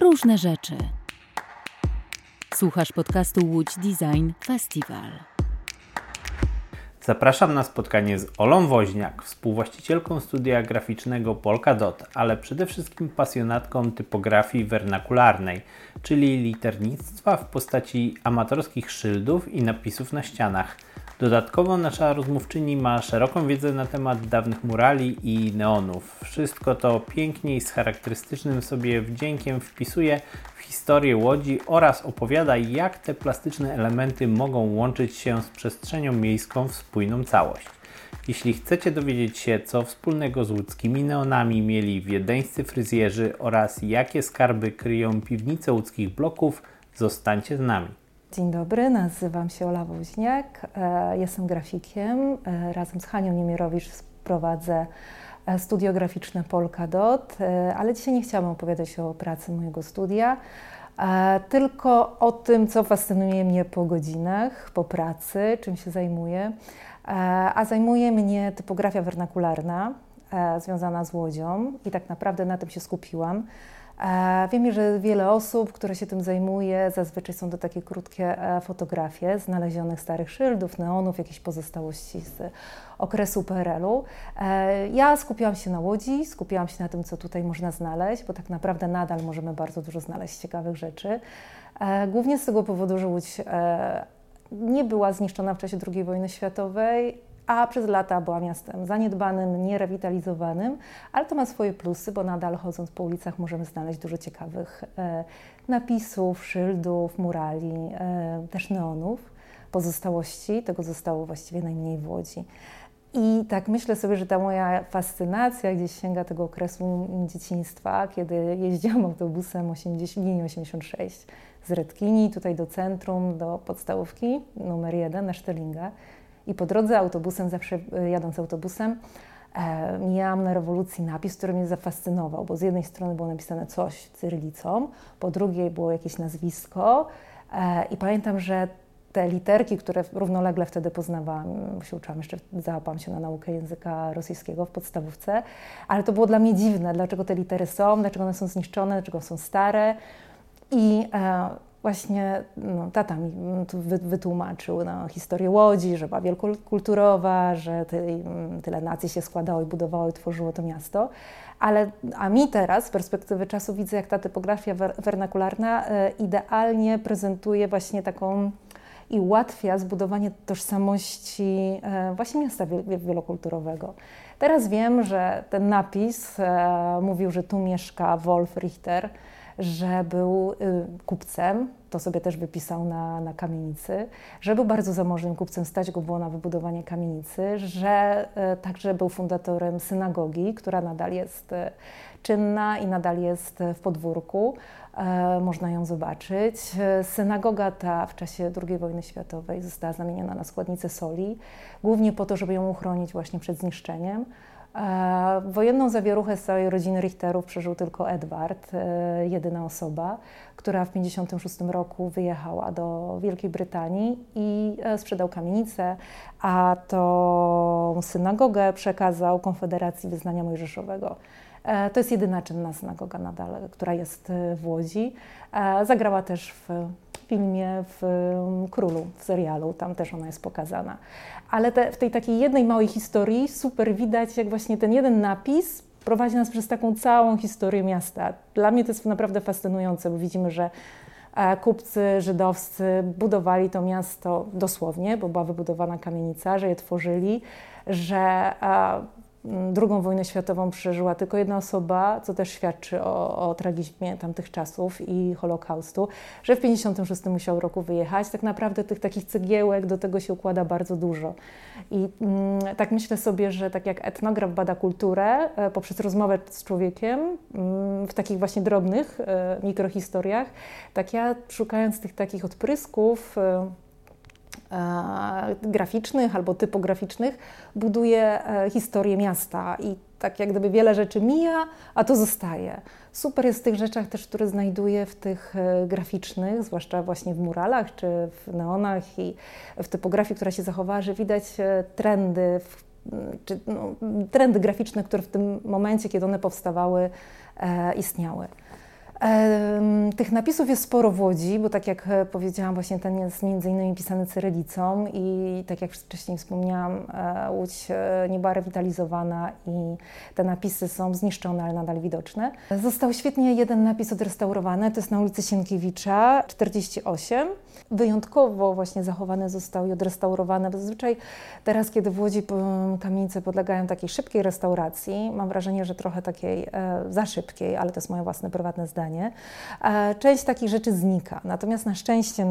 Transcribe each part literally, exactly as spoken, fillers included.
różne rzeczy. Słuchasz podcastu Łódź Design Festival. Zapraszam na spotkanie z Olą Woźniak, współwłaścicielką studia graficznego Polkadot, ale przede wszystkim pasjonatką typografii wernakularnej, czyli liternictwa w postaci amatorskich szyldów i napisów na ścianach. Dodatkowo nasza rozmówczyni ma szeroką wiedzę na temat dawnych murali i neonów. Wszystko to pięknie i z charakterystycznym sobie wdziękiem wpisuje w historię Łodzi oraz opowiada, jak te plastyczne elementy mogą łączyć się z przestrzenią miejską w spójną całość. Jeśli chcecie dowiedzieć się, co wspólnego z łódzkimi neonami mieli wiedeńscy fryzjerzy oraz jakie skarby kryją piwnice łódzkich bloków, zostańcie z nami. Dzień dobry, nazywam się Ola Woźniak, jestem grafikiem. Razem z Hanią Niemierowicz prowadzę studio graficzne Polkadot, ale dzisiaj nie chciałam opowiadać o pracy mojego studia, tylko o tym, co fascynuje mnie po godzinach, po pracy, czym się zajmuję. A zajmuje mnie typografia wernakularna związana z Łodzią i tak naprawdę na tym się skupiłam. Wiem, że wiele osób, które się tym zajmuje, zazwyczaj są to takie krótkie fotografie znalezionych starych szyldów, neonów, jakieś pozostałości z okresu P R L-u. Ja skupiłam się na Łodzi, skupiłam się na tym, co tutaj można znaleźć, bo tak naprawdę nadal możemy bardzo dużo znaleźć ciekawych rzeczy. Głównie z tego powodu, że Łódź nie była zniszczona w czasie drugiej wojny światowej, a przez lata była miastem zaniedbanym, nierewitalizowanym, ale to ma swoje plusy, bo nadal chodząc po ulicach możemy znaleźć dużo ciekawych e, napisów, szyldów, murali, e, też neonów, pozostałości. Tego zostało właściwie najmniej w Łodzi. I tak myślę sobie, że ta moja fascynacja gdzieś sięga tego okresu dzieciństwa, kiedy jeździłam autobusem osiemdziesiąt, linii osiemdziesiąt sześć z Redkini, tutaj do centrum, do podstawówki numer jeden na Sztelingę. I po drodze autobusem, zawsze jadąc autobusem, e, mijałam na rewolucji napis, który mnie zafascynował, bo z jednej strony było napisane coś cyrylicą, po drugiej było jakieś nazwisko e, i pamiętam, że te literki, które równolegle wtedy poznawałam, bo się uczyłam, jeszcze załapałam się na naukę języka rosyjskiego w podstawówce, ale to było dla mnie dziwne, dlaczego te litery są, dlaczego one są zniszczone, dlaczego są stare i e, Właśnie no, tata mi wytłumaczył no, historię Łodzi, że była wielokulturowa, że ty, tyle nacji się składało i budowało i tworzyło to miasto. Ale, a mi teraz z perspektywy czasu widzę, jak ta typografia wernakularna e, idealnie prezentuje właśnie taką i ułatwia zbudowanie tożsamości e, właśnie miasta wielokulturowego. Teraz wiem, że ten napis e, mówił, że tu mieszka Wolf Richter, że był y, kupcem, to sobie też wypisał na, na kamienicy, że był bardzo zamożnym kupcem, stać go było na wybudowanie kamienicy, że y, także był fundatorem synagogi, która nadal jest y, czynna i nadal jest w podwórku. Y, można ją zobaczyć. Y, synagoga ta w czasie drugiej wojny światowej została zamieniona na składnicę soli, głównie po to, żeby ją uchronić właśnie przed zniszczeniem. E, wojenną zawieruchę z całej rodziny Richterów przeżył tylko Edward, e, jedyna osoba, która w tysiąc dziewięćset pięćdziesiątym szóstym roku wyjechała do Wielkiej Brytanii i e, sprzedał kamienicę, a tą synagogę przekazał Konfederacji Wyznania Mojżeszowego. E, to jest jedyna czynna synagoga nadal, która jest w Łodzi. E, zagrała też w filmie w Królu, w serialu, tam też ona jest pokazana. Ale te, w tej takiej jednej małej historii super widać, jak właśnie ten jeden napis prowadzi nas przez taką całą historię miasta. Dla mnie to jest naprawdę fascynujące, bo widzimy, że kupcy żydowscy budowali to miasto dosłownie, bo była wybudowana kamienica, że je tworzyli, że drugą wojnę światową przeżyła tylko jedna osoba, co też świadczy o, o tragizmie tamtych czasów i Holokaustu, że w tysiąc dziewięćset pięćdziesiątym szóstym musiał roku wyjechać. Tak naprawdę tych takich cegiełek do tego się układa bardzo dużo. I mm, tak myślę sobie, że tak jak etnograf bada kulturę e, poprzez rozmowę z człowiekiem mm, w takich właśnie drobnych e, mikrohistoriach, tak ja szukając tych takich odprysków e, graficznych albo typograficznych buduje historię miasta i tak jak gdyby wiele rzeczy mija, a to zostaje. Super jest w tych rzeczach też, które znajduję w tych graficznych, zwłaszcza właśnie w muralach czy w neonach i w typografii, która się zachowała, że widać trendy, czy, no, trendy graficzne, które w tym momencie, kiedy one powstawały, e, istniały. Tych napisów jest sporo w Łodzi, bo tak jak powiedziałam, właśnie ten jest między innymi pisany cyrylicą i tak jak wcześniej wspomniałam, Łódź nie była rewitalizowana i te napisy są zniszczone, ale nadal widoczne. Został świetnie jeden napis odrestaurowany, to jest na ulicy Sienkiewicza czterdzieści osiem. Wyjątkowo właśnie zachowany został i odrestaurowany, bo zazwyczaj teraz, kiedy w Łodzi kamienice podlegają takiej szybkiej restauracji, mam wrażenie, że trochę takiej e, za szybkiej, ale to jest moje własne, prywatne zdanie, e, część takich rzeczy znika. Natomiast na szczęście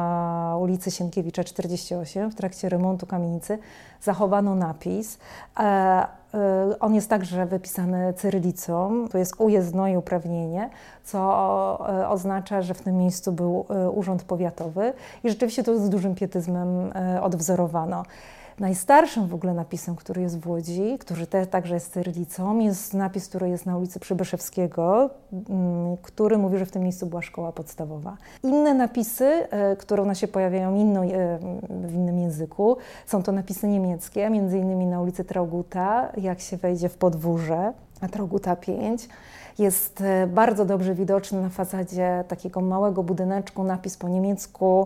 na ulicy Sienkiewicza czterdzieści osiem w trakcie remontu kamienicy zachowano napis. E, On jest także wypisany cyrylicą, to jest ujezdno i uprawnienie, co oznacza, że w tym miejscu był urząd powiatowy i rzeczywiście to z dużym pietyzmem odwzorowano. Najstarszym w ogóle napisem, który jest w Łodzi, który też także jest cyrylicą, jest napis, który jest na ulicy Przybyszewskiego, który mówi, że w tym miejscu była szkoła podstawowa. Inne napisy, które u nas się pojawiają inno, w innym języku, są to napisy niemieckie, między innymi na ulicy Trauguta, jak się wejdzie w podwórze, a Trauguta pięć. Jest bardzo dobrze widoczny na fasadzie takiego małego budyneczku napis po niemiecku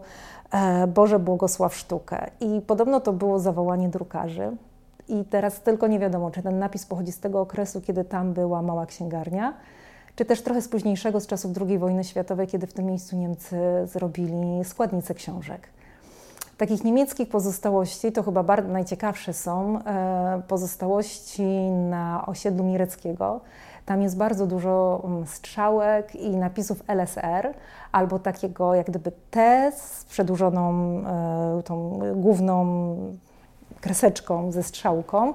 Boże błogosław sztukę. I podobno to było zawołanie drukarzy. I teraz tylko nie wiadomo, czy ten napis pochodzi z tego okresu, kiedy tam była mała księgarnia, czy też trochę z późniejszego, z czasów drugiej wojny światowej, kiedy w tym miejscu Niemcy zrobili składnicę książek. Takich niemieckich pozostałości, to chyba bardzo najciekawsze są pozostałości na osiedlu Mireckiego. Tam jest bardzo dużo strzałek i napisów L S R, albo takiego jak gdyby T z przedłużoną tą główną kreseczką ze strzałką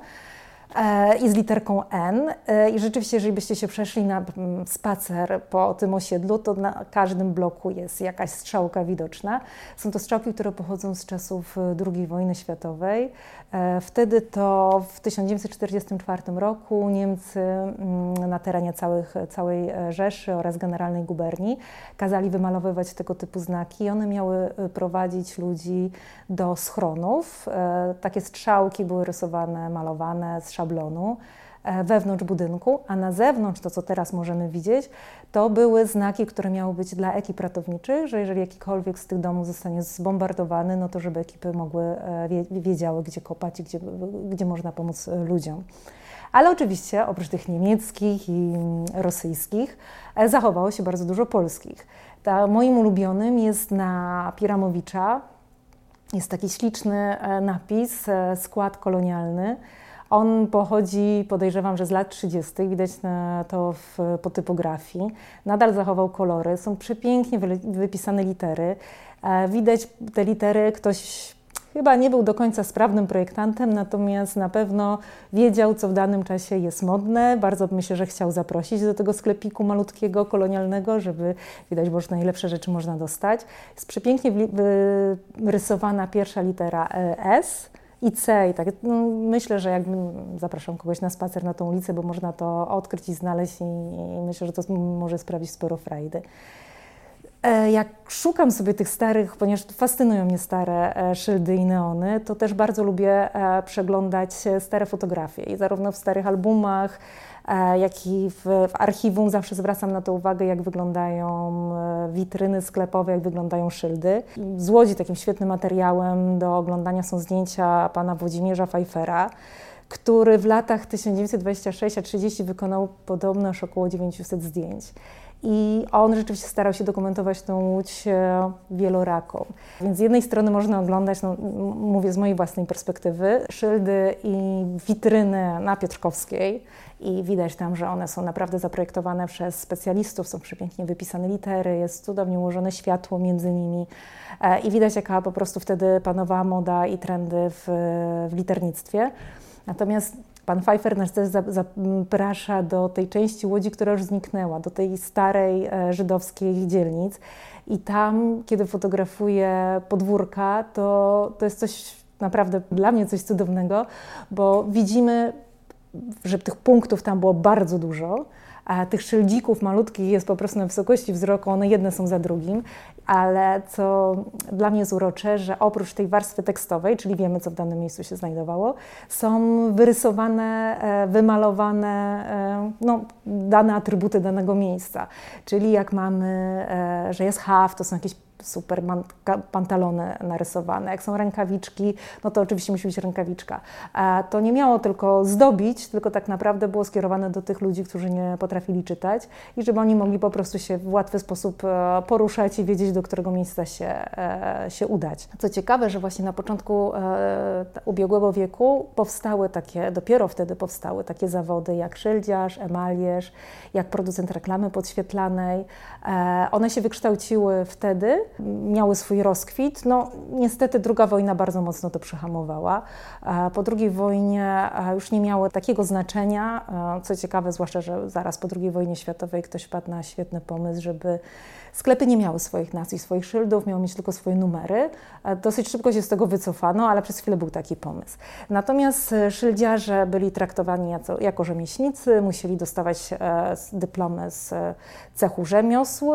i z literką N. I rzeczywiście, jeżeli byście się przeszli na spacer po tym osiedlu, to na każdym bloku jest jakaś strzałka widoczna. Są to strzałki, które pochodzą z czasów drugiej wojny światowej. Wtedy to w tysiąc dziewięćset czterdziestym czwartym roku Niemcy na terenie całych, całej Rzeszy oraz Generalnej Guberni kazali wymalowywać tego typu znaki i one miały prowadzić ludzi do schronów. Takie strzałki były rysowane, malowane z szablonu wewnątrz budynku, a na zewnątrz, to co teraz możemy widzieć, to były znaki, które miały być dla ekip ratowniczych, że jeżeli jakikolwiek z tych domów zostanie zbombardowany, no to żeby ekipy mogły, wiedziały, gdzie kopać i gdzie, gdzie można pomóc ludziom. Ale oczywiście oprócz tych niemieckich i rosyjskich zachowało się bardzo dużo polskich. Ta, moim ulubionym jest na Piramowicza, jest taki śliczny napis, skład kolonialny. On pochodzi, podejrzewam, że z lat trzydziestych, widać to w, po typografii. Nadal zachował kolory, są przepięknie wypisane litery. Widać te litery, ktoś chyba nie był do końca sprawnym projektantem, natomiast na pewno wiedział, co w danym czasie jest modne. Bardzo myślę, że chciał zaprosić do tego sklepiku malutkiego, kolonialnego, żeby widać, bo już najlepsze rzeczy można dostać. Jest przepięknie wyrysowana pierwsza litera S i C. I tak, no, myślę, że jakbym zapraszam kogoś na spacer na tą ulicę, bo można to odkryć i znaleźć i, i myślę, że to może sprawić sporo frajdy. Jak szukam sobie tych starych, ponieważ fascynują mnie stare szyldy i neony, to też bardzo lubię przeglądać stare fotografie i zarówno w starych albumach, jak i w, w archiwum zawsze zwracam na to uwagę, jak wyglądają witryny sklepowe, jak wyglądają szyldy. Z Łodzi takim świetnym materiałem do oglądania są zdjęcia pana Włodzimierza Pfeiffera, który w latach tysiąc dziewięćset dwudziestym szóstym a trzydziestym wykonał podobno aż około dziewięćset zdjęć. I on rzeczywiście starał się dokumentować tą Łódź wieloraką. Więc z jednej strony można oglądać, no, mówię z mojej własnej perspektywy, szyldy i witryny na Piotrkowskiej i widać tam, że one są naprawdę zaprojektowane przez specjalistów, są przepięknie wypisane litery, jest cudownie ułożone światło między nimi i widać, jaka po prostu wtedy panowała moda i trendy w, w liternictwie. Natomiast pan Pfeiffer nas też zaprasza do tej części Łodzi, która już zniknęła, do tej starej żydowskiej dzielnic. I tam, kiedy fotografuje podwórka, to, to jest coś naprawdę dla mnie coś cudownego, bo widzimy, że tych punktów tam było bardzo dużo, A tych szyldzików malutkich jest po prostu na wysokości wzroku, one jedne są za drugim, ale co dla mnie jest urocze, że oprócz tej warstwy tekstowej, czyli wiemy, co w danym miejscu się znajdowało, są wyrysowane, wymalowane no, dane atrybuty danego miejsca. Czyli jak mamy, że jest haw, to są jakieś super pantalony narysowane. Jak są rękawiczki, no to oczywiście musi być rękawiczka. A to nie miało tylko zdobić, tylko tak naprawdę było skierowane do tych ludzi, którzy nie potrafili czytać i żeby oni mogli po prostu się w łatwy sposób poruszać i wiedzieć, do którego miejsca się, się udać. Co ciekawe, że właśnie na początku ubiegłego wieku powstały takie, dopiero wtedy powstały takie zawody jak szyldziarz, emalierz, jak producent reklamy podświetlanej. One się wykształciły wtedy, miały swój rozkwit. No, niestety druga wojna bardzo mocno to przyhamowała. Po drugiej wojnie już nie miały takiego znaczenia. Co ciekawe, zwłaszcza, że zaraz po drugiej wojnie światowej ktoś wpadł na świetny pomysł, żeby sklepy nie miały swoich nazw i swoich szyldów, miały mieć tylko swoje numery. Dosyć szybko się z tego wycofano, ale przez chwilę był taki pomysł. Natomiast szyldziarze byli traktowani jako, jako rzemieślnicy, musieli dostawać dyplomy z cechu rzemiosł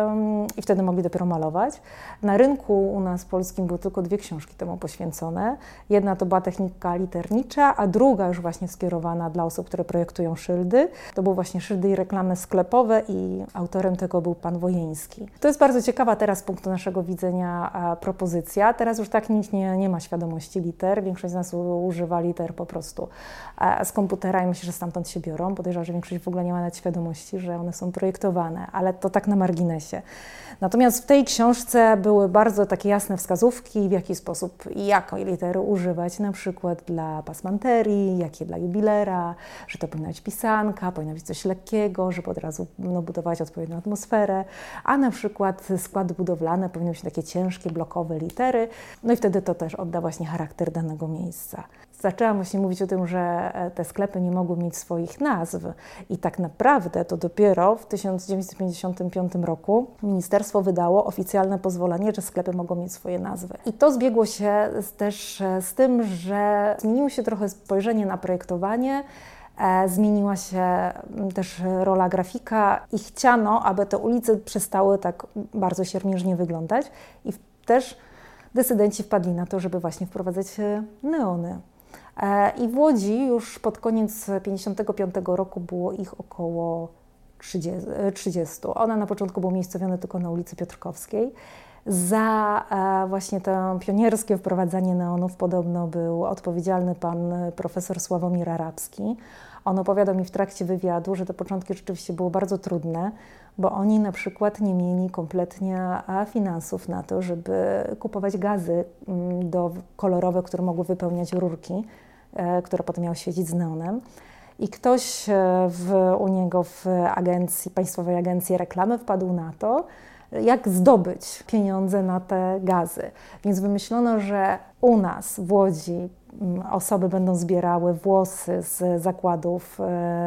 i wtedy mogli dopiero malować. Na rynku u nas polskim były tylko dwie książki temu poświęcone. Jedna to była technika liternicza, a druga już właśnie skierowana dla osób, które projektują szyldy. To były właśnie szyldy i reklamy sklepowe i autorem tego był pan Wojeński. To jest bardzo ciekawa teraz z punktu naszego widzenia propozycja. Teraz już tak nikt nie, nie ma świadomości liter. Większość z nas używa liter po prostu z komputera i myślę, że stamtąd się biorą. Podejrzewam, że większość w ogóle nie ma nawet świadomości, że one są projektowane, ale to tak na marginesie. Natomiast w tej książce były bardzo takie jasne wskazówki, w jaki sposób i jakiej litery używać, na przykład dla pasmanterii, jakie dla jubilera, że to powinna być pisanka, powinno być coś lekkiego, żeby od razu no, budować odpowiednią atmosferę, a na przykład składy budowlane powinny być takie ciężkie, blokowe litery, no i wtedy to też odda właśnie charakter danego miejsca. Zaczęłam właśnie mówić o tym, że te sklepy nie mogły mieć swoich nazw i tak naprawdę to dopiero w tysiąc dziewięćset pięćdziesiątym piątym roku ministerstwo wydało oficjalne pozwolenie, że sklepy mogą mieć swoje nazwy. I to zbiegło się też z tym, że zmieniło się trochę spojrzenie na projektowanie, zmieniła się też rola grafika i chciano, aby te ulice przestały tak bardzo siermiężnie wyglądać i też decydenci wpadli na to, żeby właśnie wprowadzać neony. I w Łodzi już pod koniec tysiąc dziewięćset pięćdziesiątego piątego roku było ich około trzydziestu. One na początku były umiejscowione tylko na ulicy Piotrkowskiej. Za właśnie to pionierskie wprowadzanie neonów podobno był odpowiedzialny pan profesor Sławomir Arabski. On opowiadał mi w trakcie wywiadu, że te początki rzeczywiście były bardzo trudne, bo oni na przykład nie mieli kompletnie finansów na to, żeby kupować gazy do kolorowe, które mogły wypełniać rurki, które potem miały świecić z neonem. I ktoś w, u niego w agencji, Państwowej Agencji Reklamy wpadł na to, jak zdobyć pieniądze na te gazy. Więc wymyślono, że u nas w Łodzi osoby będą zbierały włosy z zakładów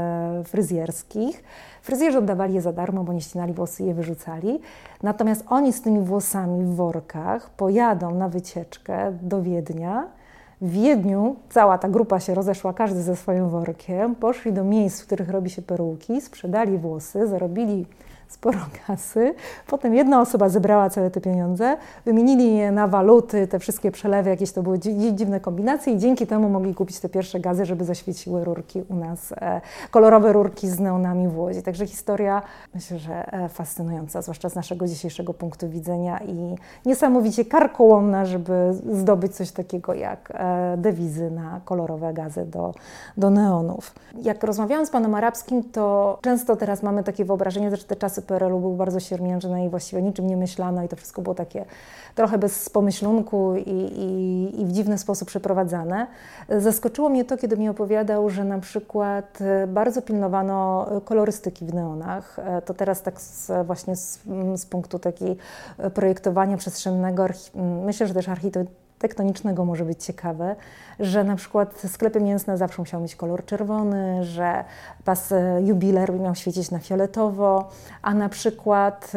fryzjerskich. Fryzjerzy oddawali je za darmo, bo nie ścinali włosy i je wyrzucali. Natomiast oni z tymi włosami w workach pojadą na wycieczkę do Wiednia. W Wiedniu cała ta grupa się rozeszła, każdy ze swoim workiem, poszli do miejsc, w których robi się peruki, sprzedali włosy, zarobili sporo kasy. Potem jedna osoba zebrała całe te pieniądze, wymienili je na waluty, te wszystkie przelewy, jakieś to były dziwne kombinacje i dzięki temu mogli kupić te pierwsze gazy, żeby zaświeciły rurki u nas, e, kolorowe rurki z neonami w Łodzi. Także historia, myślę, że e, fascynująca, zwłaszcza z naszego dzisiejszego punktu widzenia i niesamowicie karkołomna, żeby zdobyć coś takiego jak e, dewizy na kolorowe gazy do, do neonów. Jak rozmawiałam z panem Arabskim, to często teraz mamy takie wyobrażenie, że te czasy P R L u były bardzo siermiężne i właściwie niczym nie myślano i to wszystko było takie trochę bez pomyślunku i, i, i w dziwny sposób przeprowadzane. Zaskoczyło mnie to, kiedy mi opowiadał, że na przykład bardzo pilnowano kolorystyki w neonach. To teraz tak z, właśnie z, z punktu takiego projektowania przestrzennego, myślę, że też architektonicznego może być ciekawe, że na przykład sklepy mięsne zawsze musiały mieć kolor czerwony, że pas jubiler miał świecić na fioletowo, a na przykład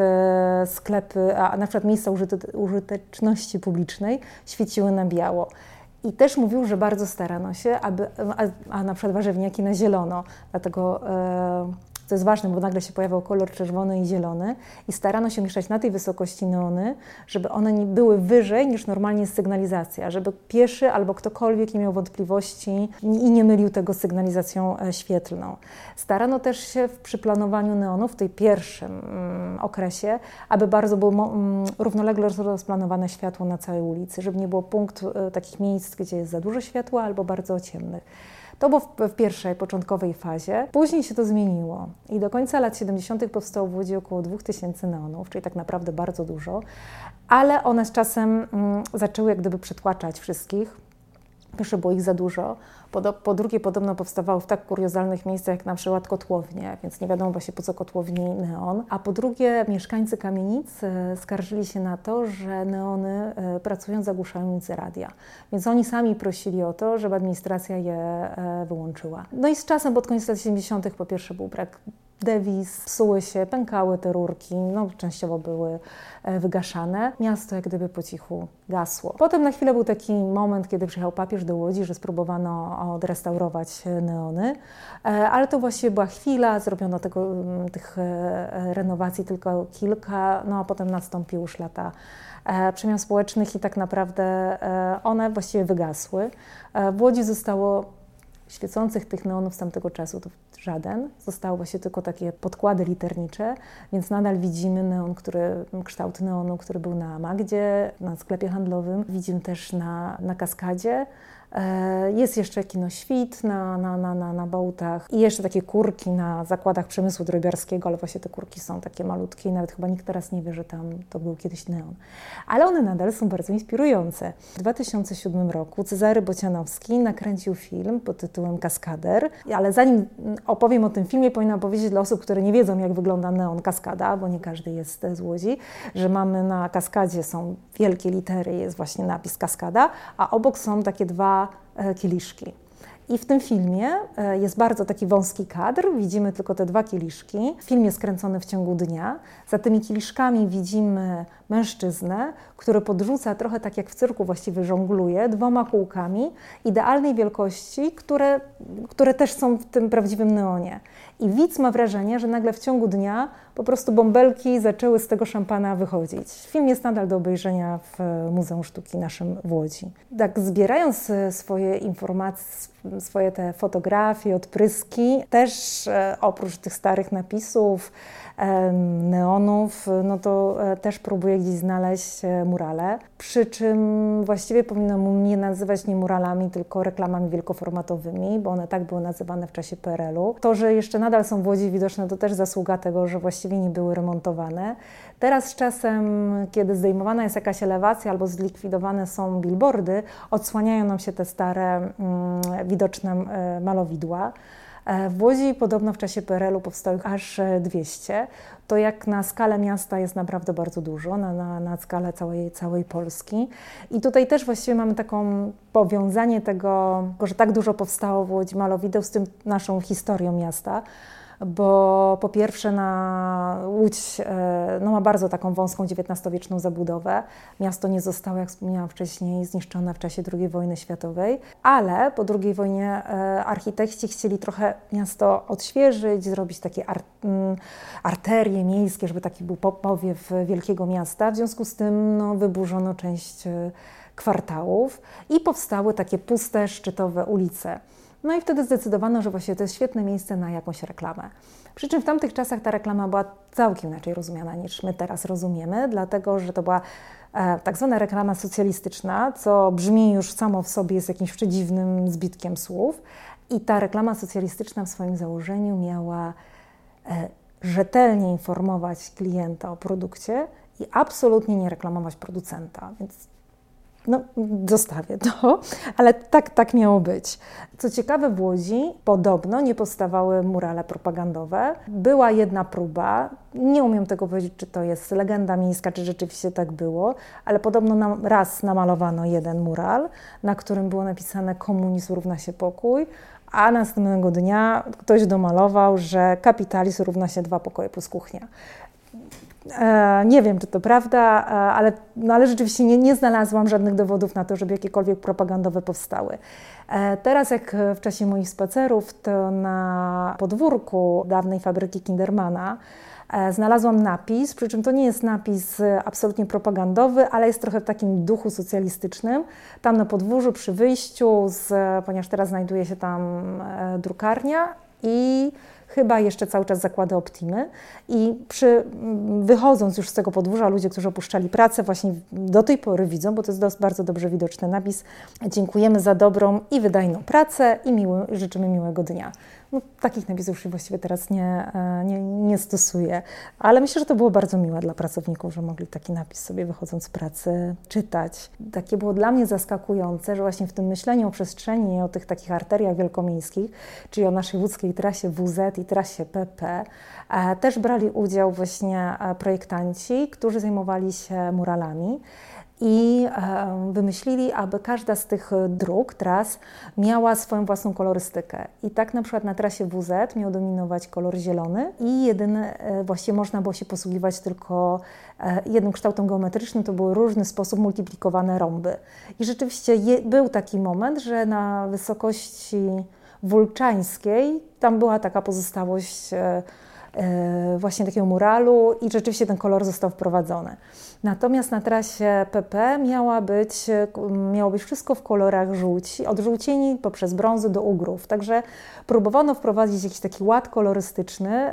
sklepy, a na przykład miejsca użyteczności publicznej świeciły na biało. I też mówił, że bardzo starano się, aby, a, a na przykład warzywniaki na zielono, dlatego e, to jest ważne, bo nagle się pojawiał kolor czerwony i zielony i starano się umieszczać na tej wysokości neony, żeby one nie były wyżej niż normalnie jest sygnalizacja, żeby pieszy albo ktokolwiek nie miał wątpliwości i nie mylił tego z sygnalizacją świetlną. Starano też się przy planowaniu neonów w tej pierwszym mm, okresie, aby bardzo było mm, równolegle rozplanowane światło na całej ulicy, żeby nie było punkt e, takich miejsc, gdzie jest za dużo światła albo bardzo ciemnych. To było w, w pierwszej, początkowej fazie. Później się to zmieniło i do końca lat siedemdziesiątych powstało w Łodzi około dwóch tysięcy neonów, czyli tak naprawdę bardzo dużo, ale one z czasem mm, zaczęły jak gdyby przytłaczać wszystkich. Pierwsze było ich za dużo, po, po drugie podobno powstawały w tak kuriozalnych miejscach jak na przykład kotłownie, więc nie wiadomo właśnie po co kotłowni neon. A po drugie mieszkańcy kamienic e, skarżyli się na to, że neony e, pracując zagłuszają nic radia. Więc oni sami prosili o to, żeby administracja je e, wyłączyła. No i z czasem pod koniec lat siedemdziesiątych po pierwsze był brak dewiz, psuły się, pękały te rurki, no częściowo były wygaszane. Miasto jak gdyby po cichu gasło. Potem na chwilę był taki moment, kiedy przyjechał papież do Łodzi, że spróbowano odrestaurować neony, ale to właściwie była chwila, zrobiono tego, tych renowacji tylko kilka, no a potem nastąpiły już lata przemian społecznych i tak naprawdę one właściwie wygasły. W Łodzi zostało świecących tych neonów z tamtego czasu to żaden. Zostały właśnie tylko takie podkłady liternicze, więc nadal widzimy neon, który, kształt neonu, który był na Magdzie, na sklepie handlowym. Widzimy też na, na Kaskadzie. Jest jeszcze kino Świt na, na, na, na, na Bałtach i jeszcze takie kurki na zakładach przemysłu drobiarskiego, ale właśnie te kurki są takie malutkie i nawet chyba nikt teraz nie wie, że tam to był kiedyś neon. Ale one nadal są bardzo inspirujące. W dwa tysiące siódmym roku Cezary Bocianowski nakręcił film pod tytułem Kaskader, ale zanim opowiem o tym filmie, powinnam powiedzieć dla osób, które nie wiedzą, jak wygląda neon Kaskada, bo nie każdy jest z Łodzi, że mamy na Kaskadzie są wielkie litery, jest właśnie napis Kaskada, a obok są takie dwa kieliszki. I w tym filmie jest bardzo taki wąski kadr, widzimy tylko te dwa kieliszki. Film jest kręcony w ciągu dnia. Za tymi kieliszkami widzimy mężczyznę, który podrzuca trochę tak jak w cyrku właściwie żongluje dwoma kółkami idealnej wielkości, które, które też są w tym prawdziwym neonie. I widz ma wrażenie, że nagle w ciągu dnia po prostu bąbelki zaczęły z tego szampana wychodzić. Film jest nadal do obejrzenia w Muzeum Sztuki naszym w Łodzi. Tak zbierając swoje informacje, swoje te fotografie, odpryski, też oprócz tych starych napisów, neonów, no to też próbuję gdzieś znaleźć murale, przy czym właściwie powinno mnie nazywać nie muralami, tylko reklamami wielkoformatowymi, bo one tak były nazywane w czasie P R L u. To, że jeszcze nadal są w Łodzi widoczne, to też zasługa tego, że właściwie nie były remontowane. Teraz z czasem, kiedy zdejmowana jest jakaś elewacja albo zlikwidowane są billboardy, odsłaniają nam się te stare, mm, widoczne malowidła. W Łodzi podobno w czasie P R L u powstało aż dwieście. To jak na skalę miasta jest naprawdę bardzo dużo, na, na, na skalę całej, całej Polski. I tutaj też właściwie mamy taką powiązanie tego, że tak dużo powstało w Łodzi malowideł z tym naszą historią miasta. Bo po pierwsze na Łódź no, ma bardzo taką wąską dziewiętnastowieczną zabudowę. Miasto nie zostało, jak wspomniałam wcześniej, zniszczone w czasie drugiej wojny światowej, ale po drugiej wojnie architekci chcieli trochę miasto odświeżyć, zrobić takie ar arterie miejskie, żeby taki był powiew wielkiego miasta. W związku z tym no, wyburzono część kwartałów i powstały takie puste, szczytowe ulice. No i wtedy zdecydowano, że właśnie to jest świetne miejsce na jakąś reklamę. Przy czym w tamtych czasach ta reklama była całkiem inaczej rozumiana niż my teraz rozumiemy, dlatego że to była e, tak zwana reklama socjalistyczna, co brzmi już samo w sobie jest jakimś przedziwnym zbitkiem słów. I ta reklama socjalistyczna w swoim założeniu miała e, rzetelnie informować klienta o produkcie i absolutnie nie reklamować producenta. Więc no, zostawię to, ale tak, tak miało być. Co ciekawe, w Łodzi podobno nie powstawały murale propagandowe. Była jedna próba, nie umiem tego powiedzieć, czy to jest legenda miejska, czy rzeczywiście tak było, ale podobno nam raz namalowano jeden mural, na którym było napisane komunizm równa się pokój, a następnego dnia ktoś domalował, że kapitalizm równa się dwa pokoje plus kuchnia. E, nie wiem, czy to prawda, e, ale, no, ale rzeczywiście nie, nie znalazłam żadnych dowodów na to, żeby jakiekolwiek propagandowe powstały. E, teraz jak w czasie moich spacerów, to na podwórku dawnej fabryki Kindermana e, znalazłam napis, przy czym to nie jest napis absolutnie propagandowy, ale jest trochę w takim duchu socjalistycznym. Tam na podwórzu przy wyjściu, z, ponieważ teraz znajduje się tam e, drukarnia i chyba jeszcze cały czas zakłady Optimy i przy, wychodząc już z tego podwórza, ludzie, którzy opuszczali pracę, właśnie do tej pory widzą, bo to jest dos, bardzo dobrze widoczny napis: dziękujemy za dobrą i wydajną pracę i miły, życzymy miłego dnia. No, takich napisów już właściwie teraz nie, nie, nie stosuję, ale myślę, że to było bardzo miłe dla pracowników, że mogli taki napis sobie wychodząc z pracy czytać. Takie było dla mnie zaskakujące, że właśnie w tym myśleniu o przestrzeni i o tych takich arteriach wielkomiejskich, czyli o naszej łódzkiej trasie W Z i trasie P P, też brali udział właśnie projektanci, którzy zajmowali się muralami. I wymyślili, aby każda z tych dróg, tras miała swoją własną kolorystykę. I tak na przykład na trasie W Z miał dominować kolor zielony i jedyny, właściwie można było się posługiwać tylko jednym kształtem geometrycznym, to były w różny sposób multiplikowane rąby. I rzeczywiście je, był taki moment, że na wysokości wulczańskiej tam była taka pozostałość właśnie takiego muralu i rzeczywiście ten kolor został wprowadzony. Natomiast na trasie P P miała być, miało być wszystko w kolorach żółci, od żółcieni poprzez brązy do ugrów. Także próbowano wprowadzić jakiś taki ład kolorystyczny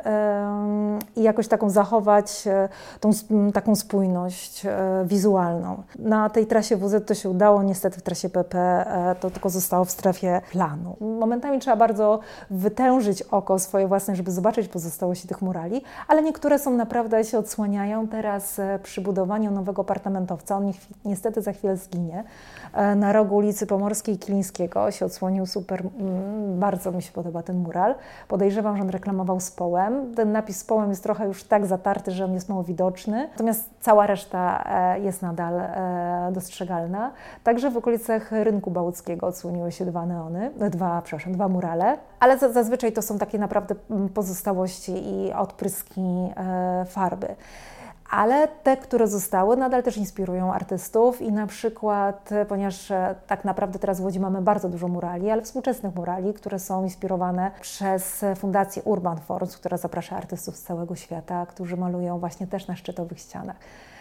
i jakoś taką zachować tą taką spójność wizualną. Na tej trasie W Z to się udało, niestety w trasie P P to tylko zostało w strefie planu. Momentami trzeba bardzo wytężyć oko swoje własne, żeby zobaczyć pozostałości tych murali, ale niektóre są naprawdę, się odsłaniają. Teraz przy budowaniu nowego apartamentowca, on niestety za chwilę zginie, na rogu ulicy Pomorskiej i Kilińskiego się odsłonił super, bardzo mi się podoba ten mural. Podejrzewam, że on reklamował z Połem. Ten napis z Połem jest trochę już tak zatarty, że on jest mało widoczny, natomiast cała reszta jest nadal dostrzegalna. Także w okolicach Rynku Bałuckiego odsłoniły się dwa neony, dwa, przepraszam, dwa murale, ale zazwyczaj to są takie naprawdę pozostałości i odpryski farby. Ale te, które zostały, nadal też inspirują artystów i na przykład, ponieważ tak naprawdę teraz w Łodzi mamy bardzo dużo murali, ale współczesnych murali, które są inspirowane przez Fundację Urban Forms, która zaprasza artystów z całego świata, którzy malują właśnie też na szczytowych ścianach.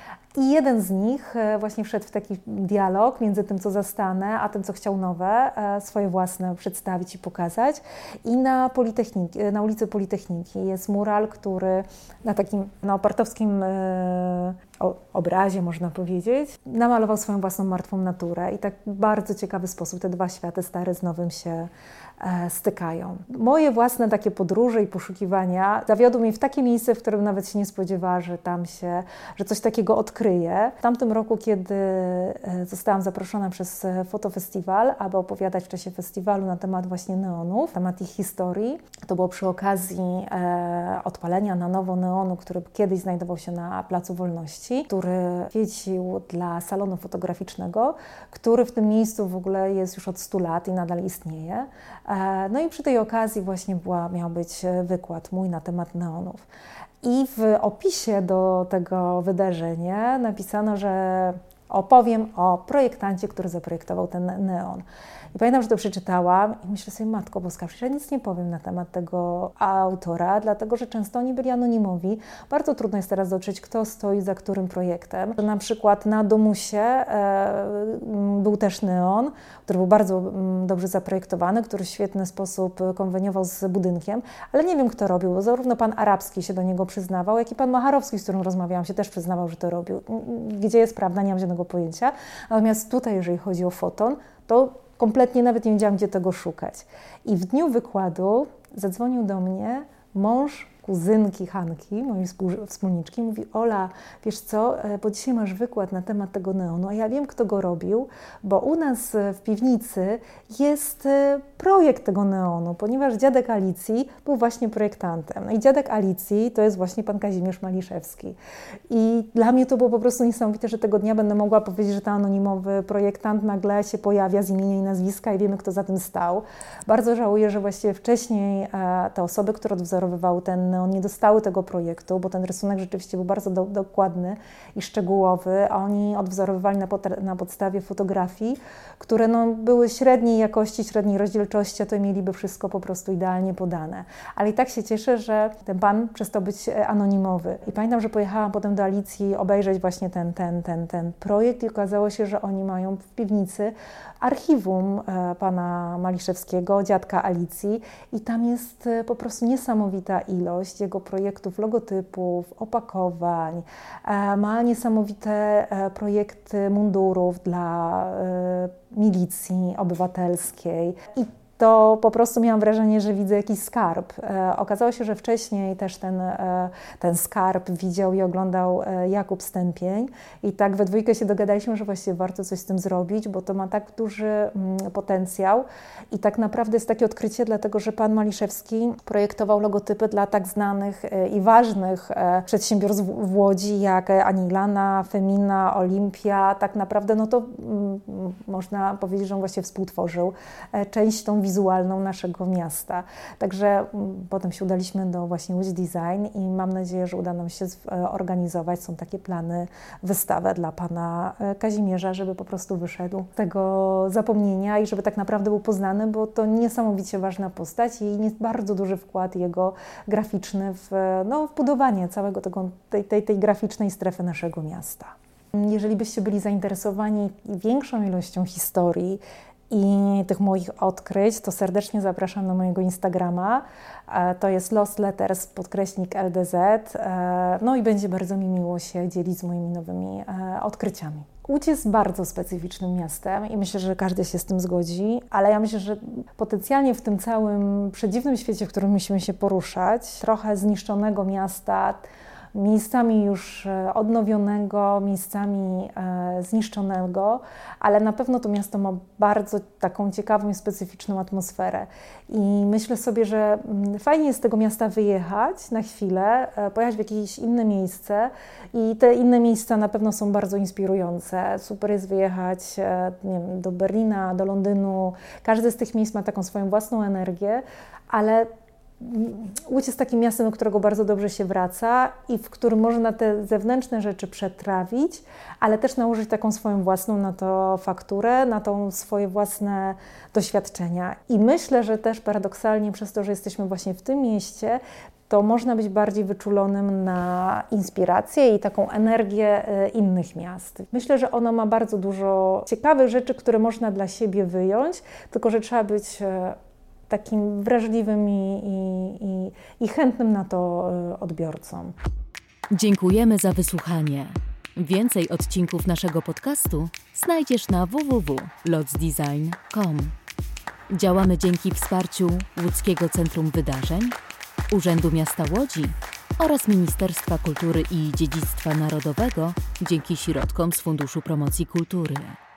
I jeden z nich właśnie wszedł w taki dialog między tym, co zastane, a tym, co chciał nowe, swoje własne przedstawić i pokazać. I na, Politechniki, na ulicy Politechniki jest mural, który na takim na opartowskim e, obrazie, można powiedzieć, namalował swoją własną martwą naturę i tak w bardzo ciekawy sposób te dwa światy, stary z nowym, się e, stykają. Moje własne takie podróże i poszukiwania zawiodły mnie w takie miejsce, w którym nawet się nie spodziewała, że tam się, że coś takiego odkryję. W tamtym roku, kiedy zostałam zaproszona przez Fotofestiwal, aby opowiadać w czasie festiwalu na temat właśnie neonów, temat ich historii, to było przy okazji e, odpalenia na nowo neonu, który kiedyś znajdował się na Placu Wolności, który świecił dla salonu fotograficznego, który w tym miejscu w ogóle jest już od stu lat i nadal istnieje. No i przy tej okazji właśnie była, miał być wykład mój na temat neonów. I w opisie do tego wydarzenia napisano, że opowiem o projektancie, który zaprojektował ten neon. I pamiętam, że to przeczytałam i myślę sobie, Matko Boska, przecież ja nic nie powiem na temat tego autora, dlatego że często oni byli anonimowi. Bardzo trudno jest teraz dotrzeć, kto stoi za którym projektem. Na przykład na Domusie e, był też neon, który był bardzo m, dobrze zaprojektowany, który w świetny sposób konweniował z budynkiem, ale nie wiem, kto robił, bo zarówno pan Arabski się do niego przyznawał, jak i pan Macharowski, z którym rozmawiałam, się też przyznawał, że to robił. Gdzie jest prawda, nie mam żadnego pojęcia. Natomiast tutaj, jeżeli chodzi o foton, to kompletnie nawet nie wiedziałam, gdzie tego szukać. I w dniu wykładu zadzwonił do mnie mąż kuzynki Hanki, mojej wspólniczki, mówi: Ola, wiesz co, bo dzisiaj masz wykład na temat tego neonu, a ja wiem, kto go robił, bo u nas w piwnicy jest projekt tego neonu, ponieważ dziadek Alicji był właśnie projektantem. No i dziadek Alicji to jest właśnie pan Kazimierz Maliszewski. I dla mnie to było po prostu niesamowite, że tego dnia będę mogła powiedzieć, że ten anonimowy projektant nagle się pojawia z imienia i nazwiska i wiemy, kto za tym stał. Bardzo żałuję, że właściwie wcześniej te osoby, które odwzorowywały ten neon, one nie dostały tego projektu, bo ten rysunek rzeczywiście był bardzo do, dokładny i szczegółowy, a oni odwzorowywali na, pot- na podstawie fotografii, które no, były średniej jakości, średniej rozdzielczości, a to mieliby wszystko po prostu idealnie podane. Ale i tak się cieszę, że ten pan przestał być anonimowy. I pamiętam, że pojechałam potem do Alicji obejrzeć właśnie ten, ten, ten, ten projekt i okazało się, że oni mają w piwnicy archiwum e, pana Maliszewskiego, dziadka Alicji, i tam jest e, po prostu niesamowita ilość jego projektów, logotypów, opakowań, e, ma niesamowite e, projekty mundurów dla e, milicji obywatelskiej i to po prostu miałam wrażenie, że widzę jakiś skarb. E, okazało się, że wcześniej też ten, e, ten skarb widział i oglądał e, Jakub Stępień i tak we dwójkę się dogadaliśmy, że właściwie warto coś z tym zrobić, bo to ma tak duży mm, potencjał i tak naprawdę jest takie odkrycie, dlatego że pan Maliszewski projektował logotypy dla tak znanych e, i ważnych e, przedsiębiorstw w, w Łodzi, jak Anilana, Femina, Olimpia. Tak naprawdę no to mm, można powiedzieć, że on właśnie współtworzył e, część tą wizualną naszego miasta. Także m, potem się udaliśmy do właśnie Łódź Design i mam nadzieję, że uda nam się zorganizować, są takie plany, wystawę dla pana Kazimierza, żeby po prostu wyszedł z tego zapomnienia i żeby tak naprawdę był poznany, bo to niesamowicie ważna postać i jest bardzo duży wkład jego graficzny w, no, w budowanie całego tego, tej, tej, tej graficznej strefy naszego miasta. Jeżeli byście byli zainteresowani większą ilością historii i tych moich odkryć, to serdecznie zapraszam na mojego Instagrama. To jest Lost Letters podkreśnik L D Z. No i będzie bardzo mi miło się dzielić z moimi nowymi odkryciami. Łódź jest bardzo specyficznym miastem i myślę, że każdy się z tym zgodzi, ale ja myślę, że potencjalnie w tym całym przedziwnym świecie, w którym musimy się poruszać, trochę zniszczonego miasta, miejscami już odnowionego, miejscami e, zniszczonego, ale na pewno to miasto ma bardzo taką ciekawą i specyficzną atmosferę. I myślę sobie, że fajnie jest z tego miasta wyjechać na chwilę, e, pojechać w jakieś inne miejsce i te inne miejsca na pewno są bardzo inspirujące. Super jest wyjechać e, nie wiem, do Berlina, do Londynu. Każde z tych miejsc ma taką swoją własną energię, ale Łódź jest takim miastem, do którego bardzo dobrze się wraca i w którym można te zewnętrzne rzeczy przetrawić, ale też nałożyć taką swoją własną na to fakturę, na to swoje własne doświadczenia. I myślę, że też paradoksalnie przez to, że jesteśmy właśnie w tym mieście, to można być bardziej wyczulonym na inspirację i taką energię innych miast. Myślę, że ono ma bardzo dużo ciekawych rzeczy, które można dla siebie wyjąć, tylko że trzeba być takim wrażliwym i, i, i, i chętnym na to odbiorcą. Dziękujemy za wysłuchanie. Więcej odcinków naszego podcastu znajdziesz na w w w kropka lotsdesign kropka com. Działamy dzięki wsparciu Łódzkiego Centrum Wydarzeń, Urzędu Miasta Łodzi oraz Ministerstwa Kultury i Dziedzictwa Narodowego dzięki środkom z Funduszu Promocji Kultury.